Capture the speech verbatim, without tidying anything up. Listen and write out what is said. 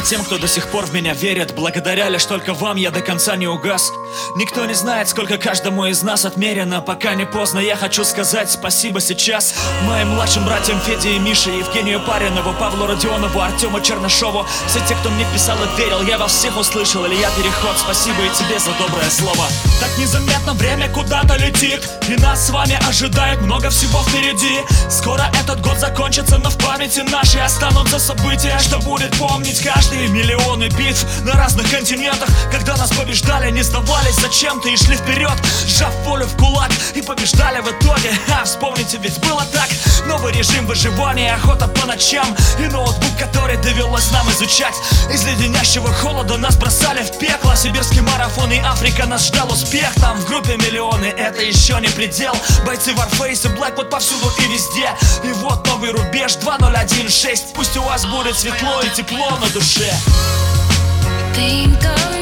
тем, кто до сих пор в меня верит. Благодаря лишь только вам я до конца не угас. Никто не знает, сколько каждому из нас отмерено. Пока не поздно, я хочу сказать спасибо сейчас моим младшим братьям Феде и Мише, Евгению Паринову, Павлу Родионову, Артему Чернышову. Все те, кто мне писал и верил, я вас всех услышал. Илья Переход, спасибо и тебе за доброе слово. Так незаметно время куда-то летит, и нас с вами ожидает много всего впереди. Скоро этот год закончится, но в памяти нашей останутся события, что будет помнить каждый. Миллионы битв на разных континентах, когда нас побеждали, не сдавались зачем-то и шли вперед, сжав волю в кулак, и побеждали в итоге. А вспомните, ведь было так. Новый режим выживания, охота по ночам и ноутбук, который довелось нам изучать. Из леденящего холода нас бросали в пекло. Сибирский марафон и Африка, нас ждал успех. Там в группе миллионы, это еще не предел. Бойцы Warface и Blackwood повсюду и везде. И вот новый рубеж два ноль один шесть. Пусть у вас будет светло и тепло на душе. Think of